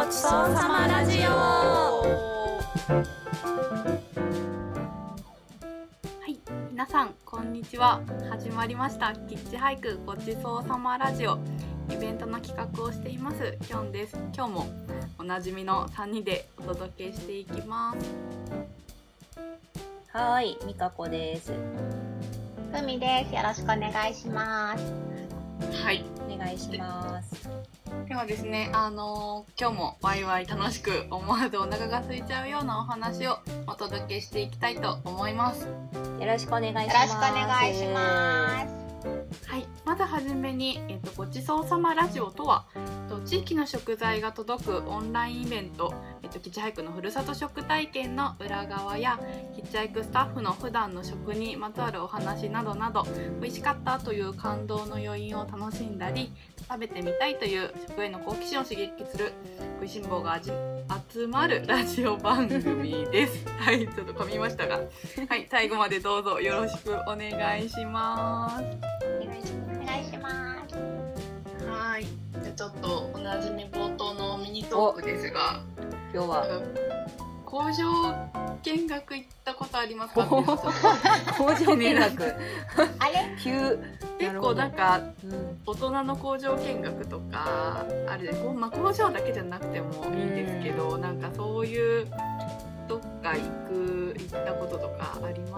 ごちそうさまラジオ。 はい、皆さんこんにちは。始まりましたキッチハイクごちそうさまラジオ。イベントの企画をしていますきょんです。今日もおなじみの3人でお届けしていきます。 はい、みかこです。 ふみです。よろしくお願いします。 はい、 お願いします。 ではですね、今日もワイワイ楽しく思わずお腹が空いちゃうようなお話をお届けしていきたいと思います。 よろしくお願いします。 よろしくお願いします。 はい、まずはじめに、ごちそうさまラジオとは、地域の食材が届くオンラインイベント、キッチハイクのふるさと食体験の裏側やキッチハイクスタッフの普段の食にまつわるお話などなど、美味しかったという感動の余韻を楽しんだり、食べてみたいという食への好奇心を刺激する食いしん坊が集まるラジオ番組ですはい、ちょっと噛みましたが、はい、最後までどうぞよろしくお願いします。 お願いします。 はい、じゃあちょっとおなじみ冒頭のミニトークですが、 今日は工場見学行ったことありますか？ 工場見学あれ急結構なんか、大人の工場見学とかあるで、まあ、工場だけじゃなくてもいいんですけど、なんかそういうどっか行ったこととかあります？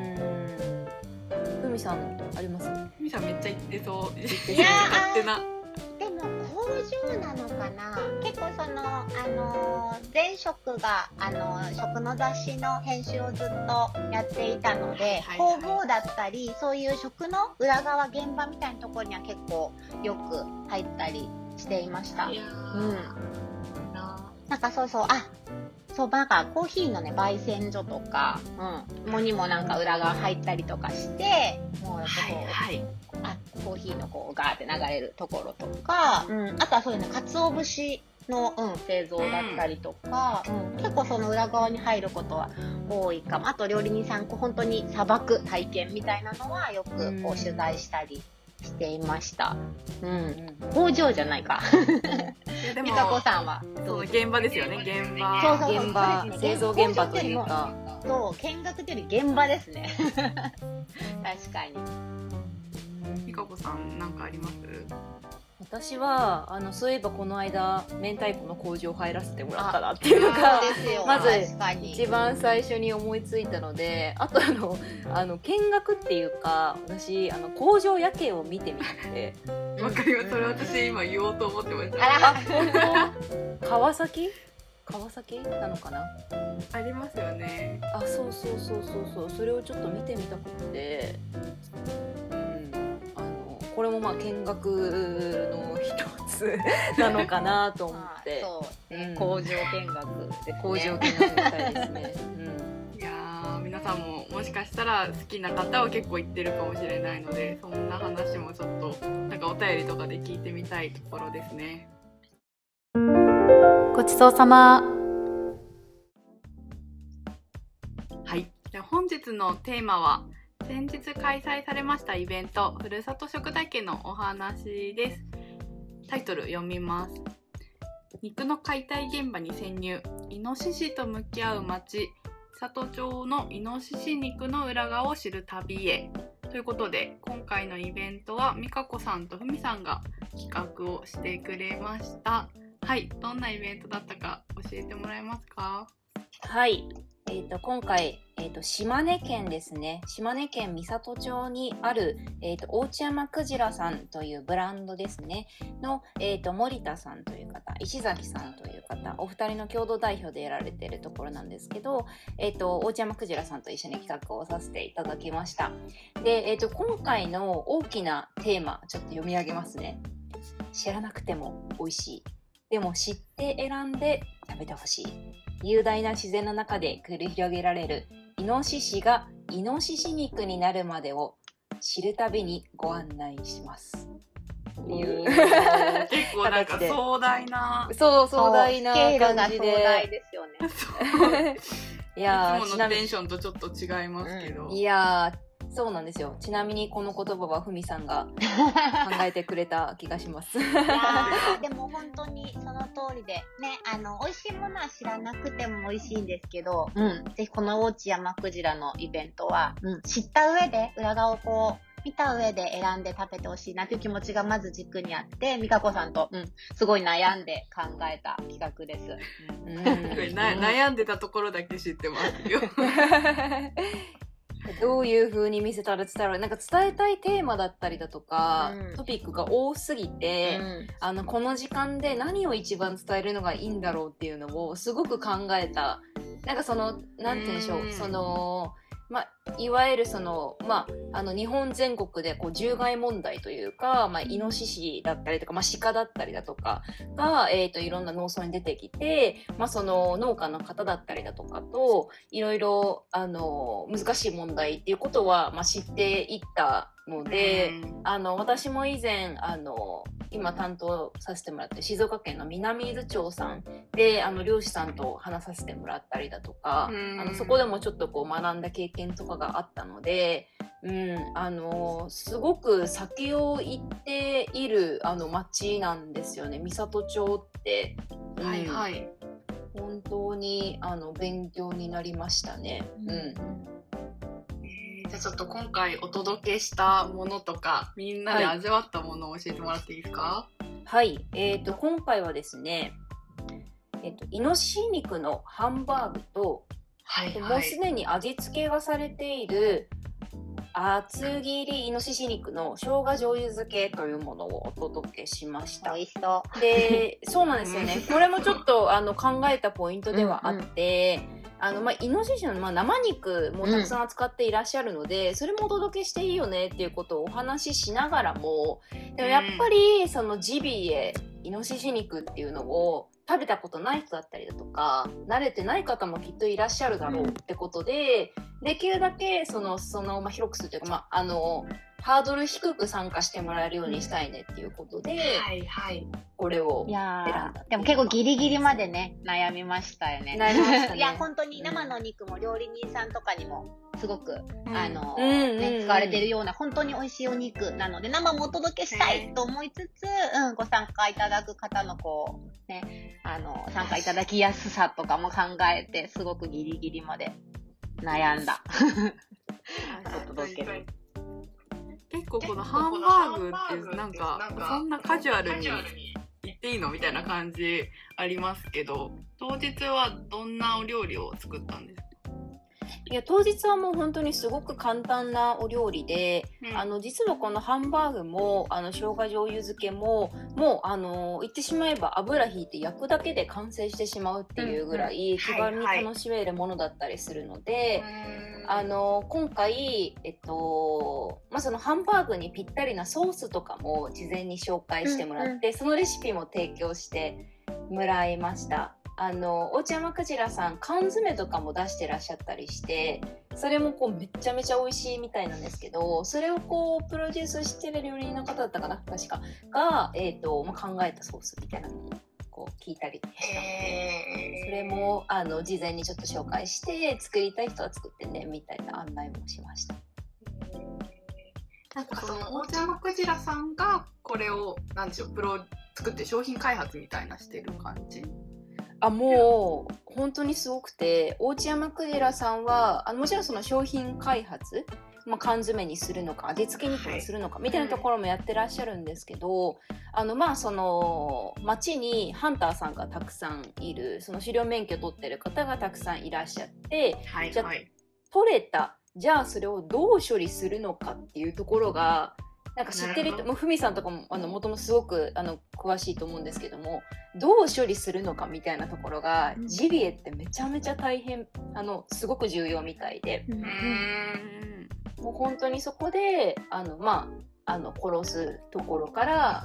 ふみさんあります？ ふみさんめっちゃ行ってそう。 いや勝手な。 でも工場なのかな。結構その前職が食の雑誌の編集をずっとやっていたので、工房だったりそういう食の裏側現場みたいなところには結構よく入ったりしていました。なんかそうなんかコーヒーのね焙煎所とか、にもなんか裏側入ったりとかして、もうコーヒーのこうガーって流れるところとか、あとはそういうね鰹節の、製造だったりとか、結構その裏側に入ることは多いかも。あと料理人さん本当にさばく体験みたいなのはよくこう取材したりしていました。工場じゃないか。 でもみかこさんはその現場ですよね。現場、 製造現場というか、 そう見学というより現場ですね。確かに。 みかこさんなんかあります？ 私はそういえばこの間明太子の工場入らせてもらったなっていうのがまず一番最初に思いついたので、あと見学っていうか、私工場夜景を見てみて。 わかります。それ私今言おうと思ってました。 本当？川崎なのかな？ ありますよね。 そうそれをちょっと見てみたくて、これもまあ見学の一つなのかなと思って。 そうね、工場見学ですね。 工場見学みたいですね。 いや皆さんももしかしたら好きな方は結構行ってるかもしれないので、そんな話もちょっとなんかお便りとかで聞いてみたいところですね。 ごちそうさま。 はい、で本日のテーマは先日開催されましたイベントふるさと食体験のお話です。タイトル読みます。肉の解体現場に潜入、イノシシと向き合う町里町のイノシシ肉の裏側を知る旅へということで、今回のイベントはみかこさんとふみさんが企画をしてくれました。はい、どんなイベントだったか教えてもらえますか？ はい、今回、島根県ですね。島根県美郷町にある、大内山クジラさんというブランドですねの、森田さんという方、石崎さんという方、お二人の共同代表でやられているところなんですけど、大内山クジラさんと一緒に企画をさせていただきました。で、今回の大きなテーマ、ちょっと読み上げますね。知らなくても美味しい。でも知って選んで食べてほしい。雄大な自然の中で繰り広げられるイノシシがイノシシ肉になるまでを知るたびにご案内します。 結構なんか壮大な、 壮大な感じで、 スケールが壮大ですよね。 いや、いつものテンションとちょっと違いますけど、 いやそうなんですよ。ちなみにこの言葉はふみさんが考えてくれた気がします。 いやでも本当にその通通りで、ね、美味しいものは知らなくても美味しいんですけど、ぜひこの大山クジラのイベントは、知った上で、裏側をこう、見た上で選んで食べてほしいなという気持ちがまず軸にあって、美香子さんと、すごい悩んで考えた企画です。 悩んでたところだけ知ってますよ。 どういう風に見せたら伝わる、なんか伝えたいテーマだったりだとか、トピックが多すぎて、この時間で何を一番伝えるのがいいんだろうっていうのをすごく考えた。なんかなんて言うんでしょう、いわゆる日本全国でこう獣害問題というか、イノシシだったりとか、鹿だったりだとかが、いろんな農村に出てきて、その農家の方だったりだとかと、いろいろ、難しい問題っていうことは、知っていったので、私も以前、今担当させてもらって静岡県の南伊豆町さんで漁師さんと話させてもらったりだとか、そこでもちょっとこう学んだ経験とかがあったので、すごく先を行っている町なんですよね、美郷町って。はいはい。本当に勉強になりましたね。 じゃあちょっと今回お届けしたものとか、みんなで味わったものを教えてもらっていいですか？ はい。今回はですね、イノシシ肉のハンバーグと、もうすでに味付けがされている厚切りイノシシ肉の生姜醤油漬けというものをお届けしました。 美味しそう。で、そうなんですよね。これもちょっと考えたポイントではあって、イノシシの、生肉もたくさん扱っていらっしゃるので、それもお届けしていいよねっていうことをお話ししながらも、でもやっぱりそのジビエ、イノシシ肉っていうのを食べたことない人だったりだとか、慣れてない方もきっといらっしゃるだろうってことで、できるだけ広くするというか、ハードル低く参加してもらえるようにしたいねっていうことで、これを選んだ。 でも結構ギリギリまでね、悩みましたよね。 悩みましたね。 いや、本当に生の肉も料理人さんとかにもすごく、使われているような本当に美味しいお肉なので、生もお届けしたいと思いつつ、ご参加いただく方の参加いただきやすさとかも考えて、すごくギリギリまで悩んだ。お届ける。 結構このハンバーグってなんかそんなカジュアルに言っていいのみたいな感じありますけど、当日はどんなお料理を作ったんですか？ いや、当日はもう本当にすごく簡単なお料理で、実はこのハンバーグも生姜醤油漬けももう言ってしまえば油ひいて焼くだけで完成してしまうっていうぐらい気軽に楽しめるものだったりするので、今回そのハンバーグにぴったりなソースとかも事前に紹介してもらって、そのレシピも提供してもらいました。大山クジラさん缶詰とかも出してらっしゃったりして、それもめちゃめちゃ美味しいみたいなんですけど、それをプロデュースしてる料理人の方だったかな、確かが、考えたソースみたいなのも聞いたりしたので、それも事前にちょっと紹介して作りたい人は作ってねみたいな案内もしました。 なんかその大山クジラさんがこれを作って商品開発みたいなしてる感じ？ もう本当にすごくて、大山クジラさんはもちろんその商品開発、缶詰にするのか味付け肉にするのかみたいなところもやってらっしゃるんですけど、その町にハンターさんがたくさんいる、その狩猟免許取ってる方がたくさんいらっしゃって、じゃあ取れた、じゃあそれをどう処理するのかっていうところがなんか知ってる人も、ふみさんとかももともとすごく詳しいと思うんですけども、どう処理するのかみたいなところが、ジビエってめちゃめちゃ大変すごく重要みたいで、もう本当にそこで殺すところから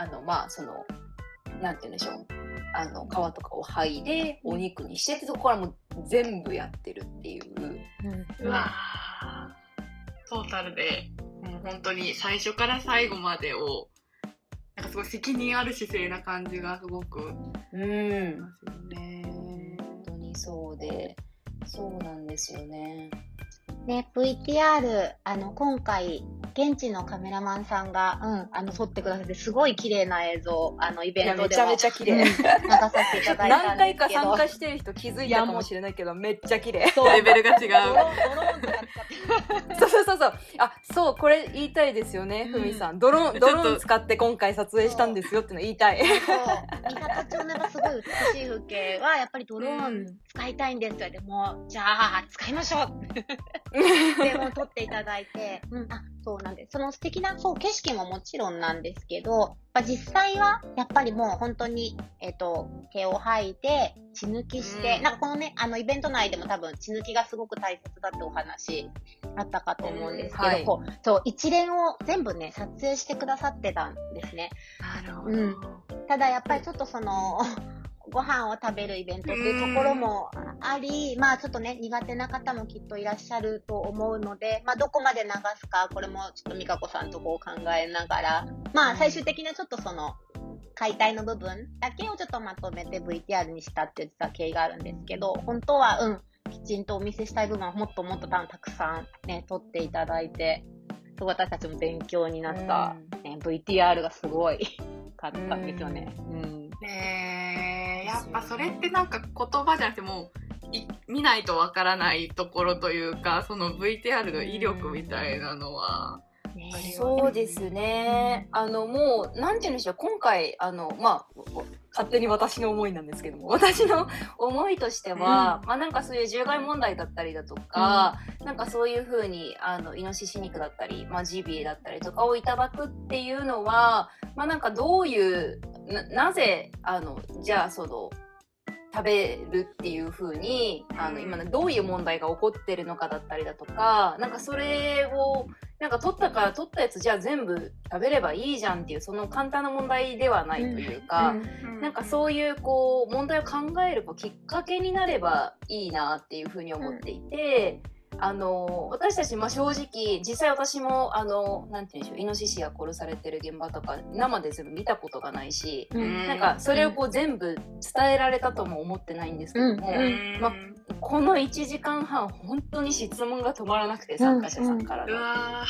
なんて言うんでしょう、皮とかを剥いでお肉にしてってところからも全部やってるっていう、 うわー、トータルで本当に最初から最後までをなんかすごい責任ある姿勢な感じがすごくしますよね。 本当にそうで、そうなんですよね。 ね、VTR 今回現地のカメラマンさんが、撮ってくださって、すごい綺麗な映像、イベントでもめちゃめちゃ綺麗、 流させていただいた何回んですけど。 か参加してる人気づいたかもしれないけど、めっちゃ綺麗。 レベルが違う。 ドローンとか使って。 そう、これ言いたいですよね、ふみさん。ドローン使って今回撮影したんですよっての言いたい。 そう。三郷町のすごい美しい風景は、やっぱりドローン使いたいんですって言って、もう、じゃあ、使いましょうで、もう撮っていただいて、そうなんです。その素敵な、景色ももちろんなんですけど、実際は、やっぱりもう本当に、毛を吐いて、血抜きして、なんかこのね、イベント内でも多分血抜きがすごく大切だってお話あったかと思うんですけど、はい、一連を全部ね、撮影してくださってたんですね。 なるほど。 ただやっぱりちょっとご飯を食べるイベントっていうところもあり、ちょっとね、苦手な方もきっといらっしゃると思うので、どこまで流すか、これもちょっと美香子さんと考えながら、最終的にはちょっと解体の部分だけをちょっとまとめて VTR にしたって言ってた経緯があるんですけど、本当は、きちんとお見せしたい部分はもっともっとたくさんね、撮っていただいて、私たちも勉強になった、VTR がすごいかったんですよね。 やっぱそれってなんか言葉じゃなくても見ないとわからないところというか、その VTR の威力みたいなのは、 そうですね。もうなんて言うんでしょう、今回勝手に私の思いなんですけども、私の思いとしては、なんかそういう獣害問題だったりだとか、なんかそういう風にイノシシ肉だったり、ジビエだったりとかをいただくっていうのは、なんかどういうなぜじゃあ食べるっていう風に今どういう問題が起こってるのかだったりだとか、なんかそれをなんか取ったやつじゃあ全部食べればいいじゃんっていう、その簡単な問題ではないというか、なんかそういう問題を考えるきっかけになればいいなっていう風に思っていて、私たち正直実際私もなんていうんでしょう、イノシシが殺されてる現場とか生で全部見たことがないし、なんかそれを全部伝えられたとも思ってないんですけども、この1時間半本当に質問が止まらなくて、参加者さんからの。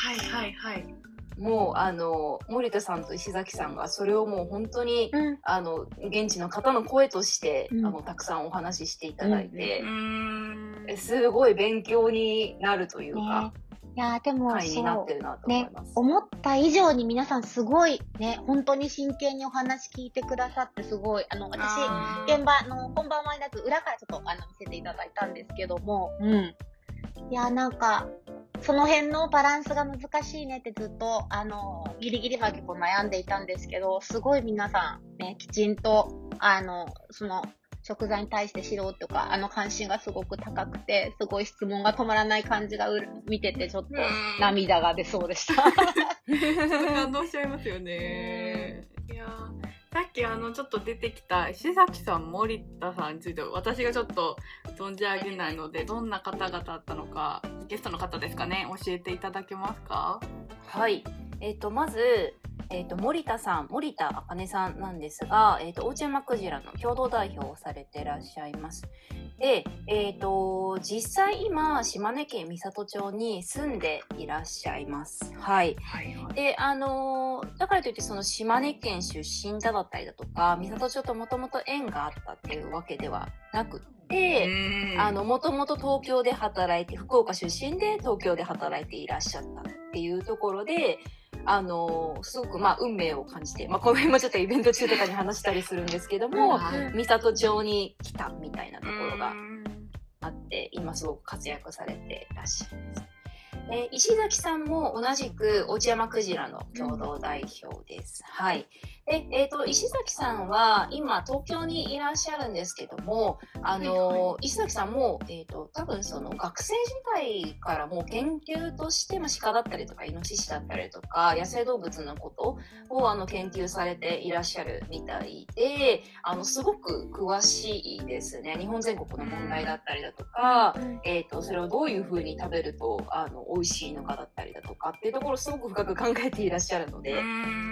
もう森田さんと石崎さんがそれをもう本当に、現地の方の声として、たくさんお話ししていただいて、すごい勉強になるというか、 いやでも会になってるなと思います。 思った以上に皆さんすごいね、本当に真剣にお話聞いてくださって、すごい私現場の本番前だと裏からちょっと見せていただいたんですけども、いやなんかその辺のバランスが難しいねってずっとギリギリまで悩んでいたんですけど、すごい皆さんね、きちんとその食材に対して知ろうとか関心がすごく高くて、すごい質問が止まらない感じが見ててちょっと涙が出そうでした。 感動しちゃいますよね。いやさっきちょっと出てきた石崎さん、森田さんについて私がちょっと存じ上げないので、どんな方々だったのか、ゲストの方ですかね、教えていただけますか？ はい、まず森田茜さんなんですが、大内山クジラの共同代表をされていらっしゃいます。で、実際今島根県美郷町に住んでいらっしゃいます。はい。で、だからといってその島根県出身だったりだとか、美郷町ともともと縁があったっていうわけではなくて、もともと東京で働いて、福岡出身で東京で働いていらっしゃったっていうところで、すごく運命を感じて、この辺もちょっとイベント中とかに話したりするんですけども、美郷町に来たみたいなところがあって、今すごく活躍されていらっしゃいます。石崎さんも同じく落山クジラの共同代表です。はい。で、石崎さんは今東京にいらっしゃるんですけども、石崎さんも、多分その学生時代からもう研究としても鹿だったりとかイノシシだったりとか野生動物のことを研究されていらっしゃるみたいで、すごく詳しいですね。日本全国の問題だったりだとか、それをどういうふうに食べると美味しいのかだったりだとかっていうところをすごく深く考えていらっしゃるので、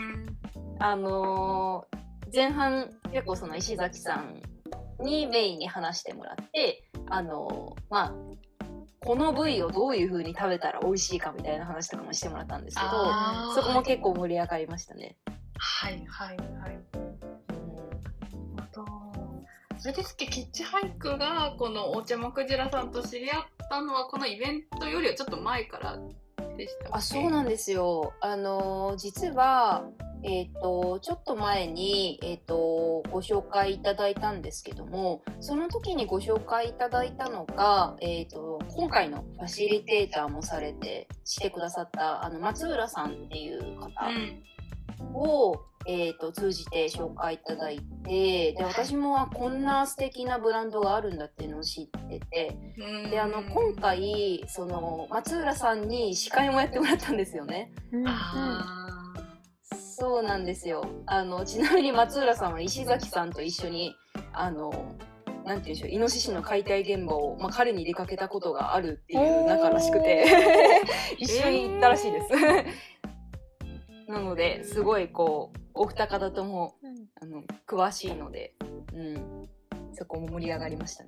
前半結構その石崎さんにメインに話してもらって、 この部位をどういう風に食べたら美味しいかみたいな話とかもしてもらったんですけど、そこも結構盛り上がりましたね。 はいはいはい。それですっけ、キッチハイクがこのお茶もくじらさんと知り合ったのはこのイベントよりはちょっと前からでしたっけ？ そうなんですよ。実はちょっと前に、ご紹介いただいたんですけども、その時にご紹介いただいたのが、今回のファシリテーターもしてくださった松浦さんっていう方を、通じて紹介いただいて、で私もこんな素敵なブランドがあるんだっていうのを知ってて、で今回その松浦さんに司会もやってもらったんですよね。そうなんですよ。ちなみに松浦さんは石崎さんと一緒になんていうんでしょう、イノシシの解体現場を、彼に出かけたことがあるっていう仲らしくて一緒に行ったらしいですなのですごいこうお二方とも詳しいので、そこも盛り上がりましたね。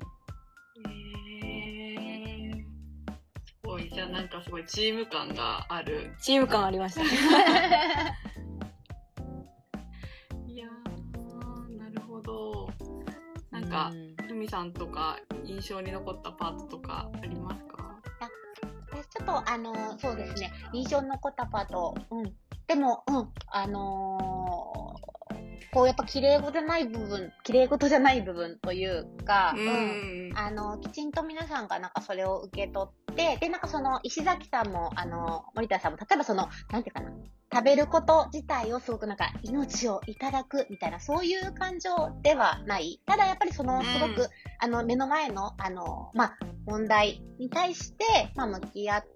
すごい、じゃあなんかすごいチーム感がある。 チーム感ありましたねいやー、なるほど。なんかふみさんとか印象に残ったパートとかありますか？ ちょっとそうですね、印象に残ったパート、でも、こうやっぱ綺麗事じゃない部分というか、きちんと皆さんがなんかそれを受け取って、で、なんかその石崎さんも、森田さんも、例えばその、なんていうかな、食べること自体をすごくなんか命をいただくみたいな、そういう感情ではない。ただやっぱりその、すごく、目の前の、問題に対して、向き合って、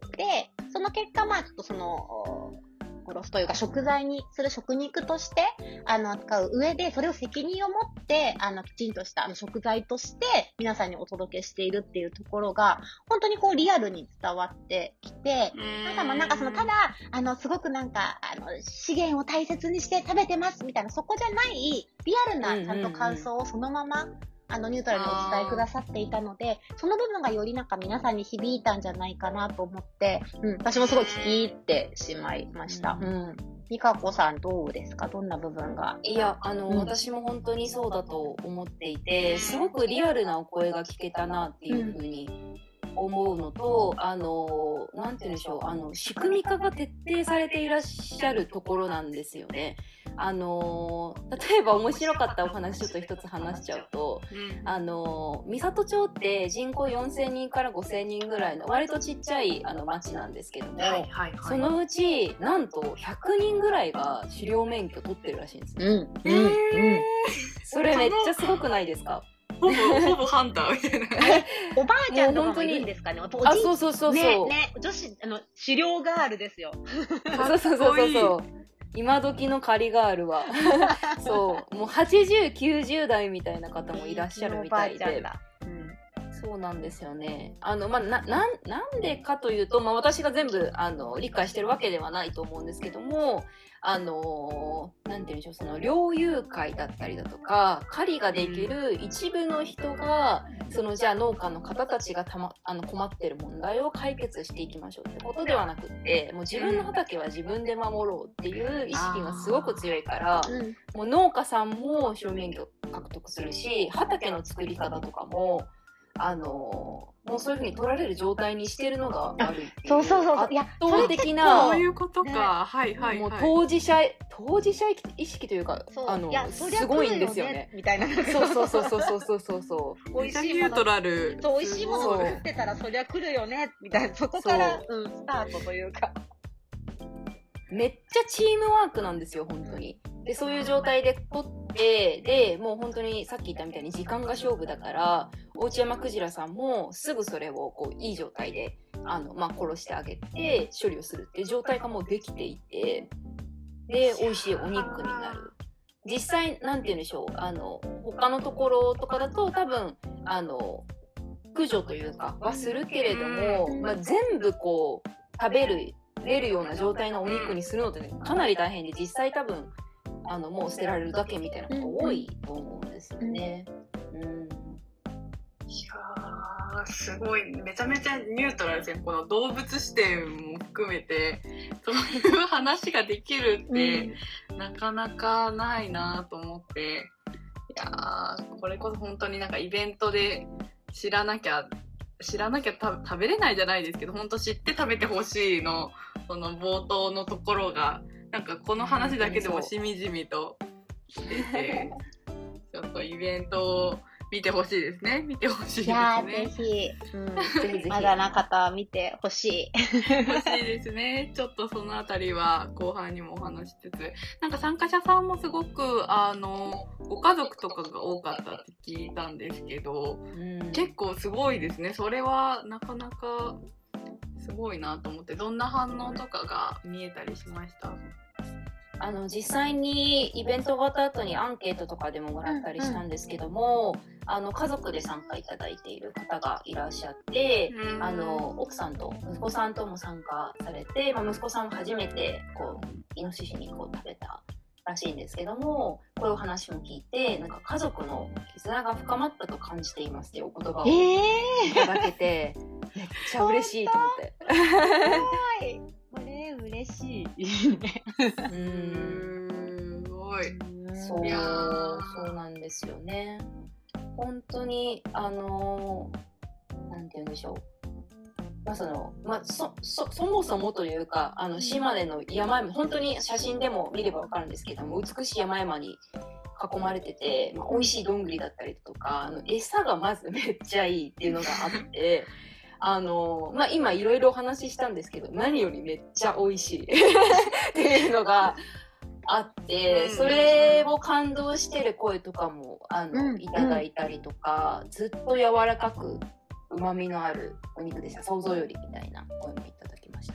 その結果、ちょっとその、殺すというか食材にする食肉として扱う上で、それを責任を持ってきちんとした食材として皆さんにお届けしているっていうところが本当にこうリアルに伝わってきて、なんかそのただすごくなんか資源を大切にして食べてますみたいな、そこじゃないリアルなちゃんと感想をそのままニュートラルにお伝えくださっていたので、その部分がよりなんか皆さんに響いたんじゃないかなと思って、私もすごい聞き入ってしまいました。美香子さんどうですか？どんな部分が？ いや、私も本当にそうだと思っていて、すごくリアルなお声が聞けたなっていうふうに思うのと、なんて言うんでしょう、仕組み化が徹底されていらっしゃるところなんですよね。例えば面白かったお話ちょっと一つ話しちゃうと、美郷町って人口4000人から5000人ぐらいの割とちっちゃい町なんですけども、そのうちなんと100人ぐらいが狩猟免許取ってるらしいんですよ。それめっちゃすごくないですか？ ほぼハンターみたいな。 おばあちゃんとかもいるんですかね。 そうね、女子狩猟ガールですよ。 そう今時の狩りガールはそうもう80、90代みたいな方もいらっしゃるみたいで、そうなんですよね。なんでかというと、私が全部理解してるわけではないと思うんですけども、なんていうんでしょう、その猟友会だったりだとか狩りができる一部の人が、じゃあ農家の方たちが困ってる問題を解決していきましょうってことではなくって、もう自分の畑は自分で守ろうっていう意識がすごく強いから、もう農家さんも狩猟免許獲得するし、畑の作り方とかももうそういう風に取られる状態にしてるのがあるっていう。圧倒的な。 そういうことか。 もう当事者意識というか、すごいんですよね。 みたいな。 そう。 美味しいニュートラル。 美味しいものを作ってたらそりゃ来るよねみたいな、そこからスタートというか。 めっちゃチームワークなんですよ、本当に。で、そういう状態で取って、で、もう本当にさっき言ったみたいに時間が勝負だから、大内山クジラさんもすぐそれをこういい状態で、殺してあげて処理をするっていう状態がもうできていて、で、美味しいお肉になる。実際、なんて言うんでしょう、他のところとかだと多分、駆除というかはするけれども、全部こう、食べれるような状態のお肉にするのって、かなり大変で、実際多分、もう捨てられるだけみたいなこと多いと思うんですよね。 いやすごい、めちゃめちゃニュートラルですね。この動物視点も含めてそういう話ができるって、なかなかないなと思って、いやこれこそ本当になんかイベントで知らなきゃ食べれないじゃないですけど、本当知って食べてほしいの、その冒頭のところがなんかこの話だけでもしみじみとしててちょっとイベントを見てほしいですね。見てほしいですね。いやぜひ、ぜひまだな方は見てほしい。 欲しいですね。ちょっとそのあたりは後半にもお話しつつ、なんか参加者さんもすごくご家族とかが多かったって聞いたんですけど、結構すごいですね。それはなかなかすごいなと思って、どんな反応とかが見えたりしました？ 実際にイベント終わった後にアンケートとかでももらったりしたんですけども、家族で参加いただいている方がいらっしゃって、奥さんと息子さんとも参加されて、息子さんも初めてイノシシ肉を食べたらしいんですけども、こういう話も聞いて、なんか家族の絆が深まったと感じていますっていうお言葉をいただけて、めっちゃ嬉しいと思って。 すごい。これ嬉しい。 すごい。 そうなんですよね。本当になんて言うんでしょう。そもそもというか島根の山々、本当に写真でも見れば分かるんですけども、美しい山々に囲まれてて、美味しいどんぐりだったりとか、餌がまずめっちゃいいっていうのがあって今いろいろお話ししたんですけど、何よりめっちゃ美味しいっていうのがあって、それを感動してる声とかもいただいたりとか、ずっと柔らかく旨味のあるお肉でした、想像よりみたいな声もいただきました。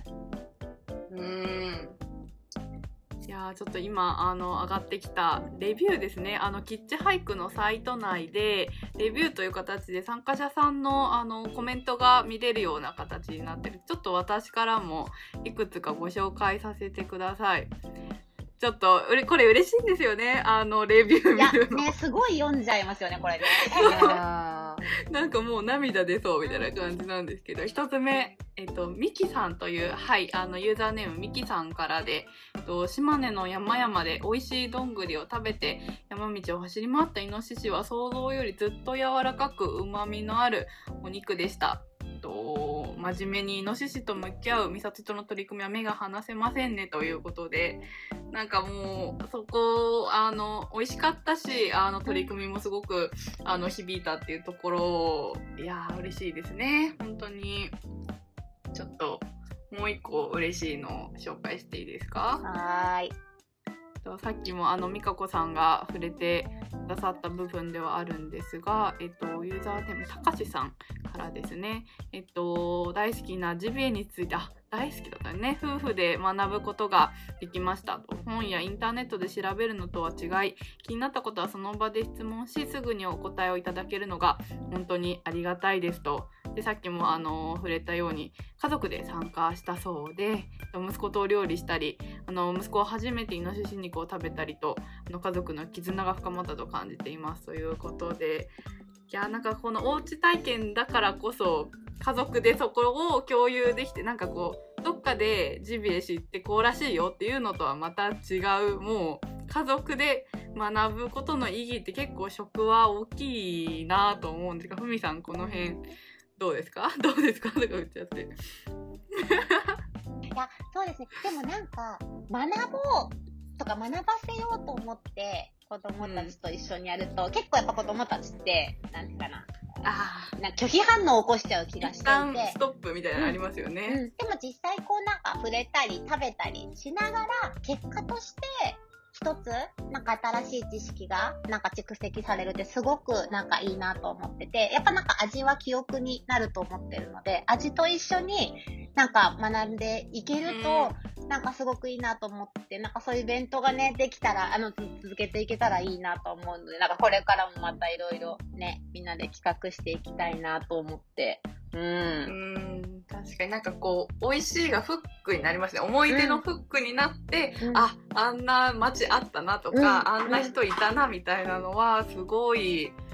いやちょっと今上がってきたレビューですね。キッチハイクのサイト内でレビューという形で参加者さんのコメントが見れるような形になってる。ちょっと私からもいくつかご紹介させてください。ちょっとこれ嬉しいんですよね、レビュー見るの。 いやね、すごい読んじゃいますよねこれね。 なんかもう涙出そうみたいな感じなんですけど、一つ目、ミキさんという、ユーザーネームミキさんからで、島根の山々で美味しいどんぐりを食べて山道を走り回ったイノシシは想像よりずっと柔らかく旨味のあるお肉でした。真面目にイノシシと向き合う美里との取り組みは目が離せませんねということで、なんかもうそこ美味しかったし、取り組みもすごく響いたっていうところ、いや嬉しいですね。本当にちょっともう一個嬉しいのを紹介していいですか？ はい。 さっきも美香子さんが触れてくださった部分ではあるんですが、ユーザーネームたかしさんからですね、大好きなジビエについて、大好きだったね、夫婦で学ぶことができましたと。本やインターネットで調べるのとは違い、気になったことはその場で質問し、すぐにお答えをいただけるのが本当にありがたいですと。でさっきも触れたように家族で参加したそうで、息子とお料理したり、息子は初めてイノシシ肉を食べたりと、家族の絆が深まったと感じていますということで、いやなんかこのおうち体験だからこそ家族でそこを共有できて、なんかどっかでジビエ知ってこうらしいよっていうのとはまた違う、もう家族で学ぶことの意義って結構食は大きいなと思うんですが、ふみさんこの辺どうですかとか言っちゃって。いやそうですね。でもなんか学ぼうとか学ばせようと思って子供たちと一緒にやると、結構やっぱ子供たちってなんていうかな、なんか拒否反応を起こしちゃう気がしていて、 一旦ストップみたいなのありますよね。 でも実際なんか触れたり食べたりしながら、結果として一つなんか新しい知識がなんか蓄積されるってすごくなんかいいなと思ってて、やっぱなんか味は記憶になると思ってるので、味と一緒になんか学んでいけるとなんかすごくいいなと思って、なんかそういうイベントがねできたら続けていけたらいいなと思うので、なんかこれからもまたいろいろねみんなで企画していきたいなと思って。 確かになんか美味しいがフックになりますね。思い出のフックになって、あんな街あったなとか、あんな人いたなみたいなのはすごい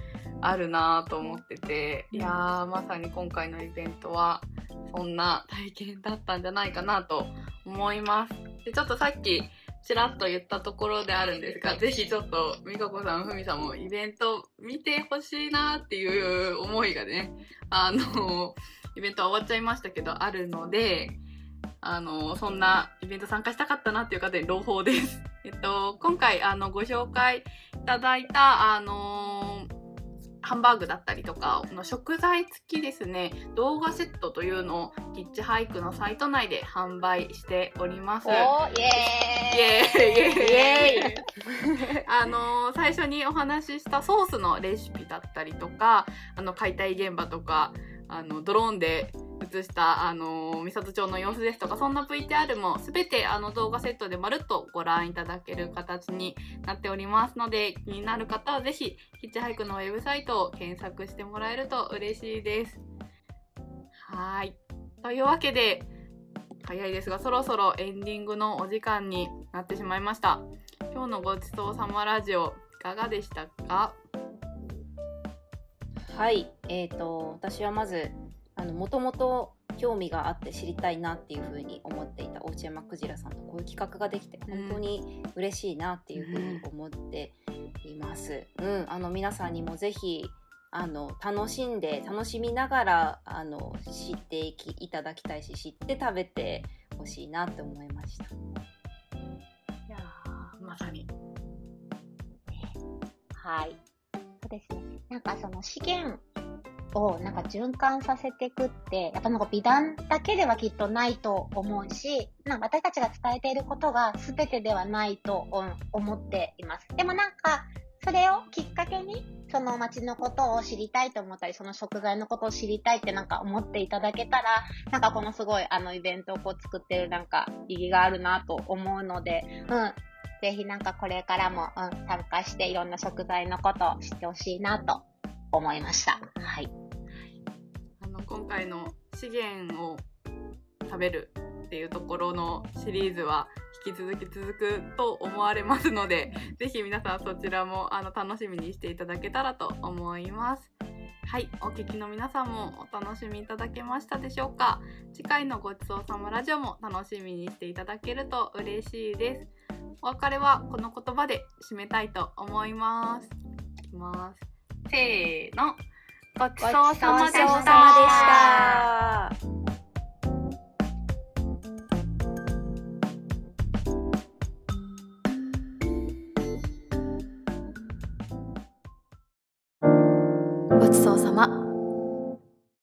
あるなと思ってて、いやーまさに今回のイベントはそんな体験だったんじゃないかなと思います。でちょっとさっきちらっと言ったところであるんですが、ぜひちょっと美香子さん、ふみさんもイベント見てほしいなっていう思いがね、イベントは終わっちゃいましたけどあるので、そんなイベント参加したかったなっていう方に朗報です。今回ご紹介いただいたハンバーグだったりとかの食材付きですね、動画セットというのをヒッチハイクのサイト内で販売しております。 イエーイイエーイイエーイ最初にお話ししたソースのレシピだったりとか、解体現場とか、ドローンで映した美里町の様子ですとか、そんな VTR もすべて動画セットでまるっとご覧いただける形になっておりますので、気になる方はぜひヒッチハイクのウェブサイトを検索してもらえると嬉しいです。はい、というわけで早いですがそろそろエンディングのお時間になってしまいました。今日のごちそうさまラジオいかがでしたか？ はい、私はまずもともと興味があって知りたいなっていうふうに思っていた大内山くじらさんとこういう企画ができて本当に嬉しいなっていうふうに思っています。皆さんにもぜひ楽しみながら知っていただきたいし、知って食べてほしいなって思いました。いやまさにはい、そうですね。なんかその資源をなんか循環させていくって、やっぱなんか美談だけではきっとないと思うし、なんか私たちが伝えていることが全てではないと思っています。でもなんかそれをきっかけにその町のことを知りたいと思ったり、その食材のことを知りたいってなんか思っていただけたら、なんかこのすごいイベントをこう作ってるなんか意義があるなと思うので、ぜひなんかこれからも、参加していろんな食材のことを知ってほしいなと思いました。はい。 今回の資源を食べるっていうところのシリーズは引き続き続くと思われますので、ぜひ皆さんそちらも楽しみにしていただけたらと思います。はい、お聞きの皆さんもお楽しみいただけましたでしょうか？次回のごちそうさまラジオも楽しみにしていただけると嬉しいです。お別れはこの言葉で締めたいと思います。いきます。せーの。ごちそうさまでした。ごちそうさま。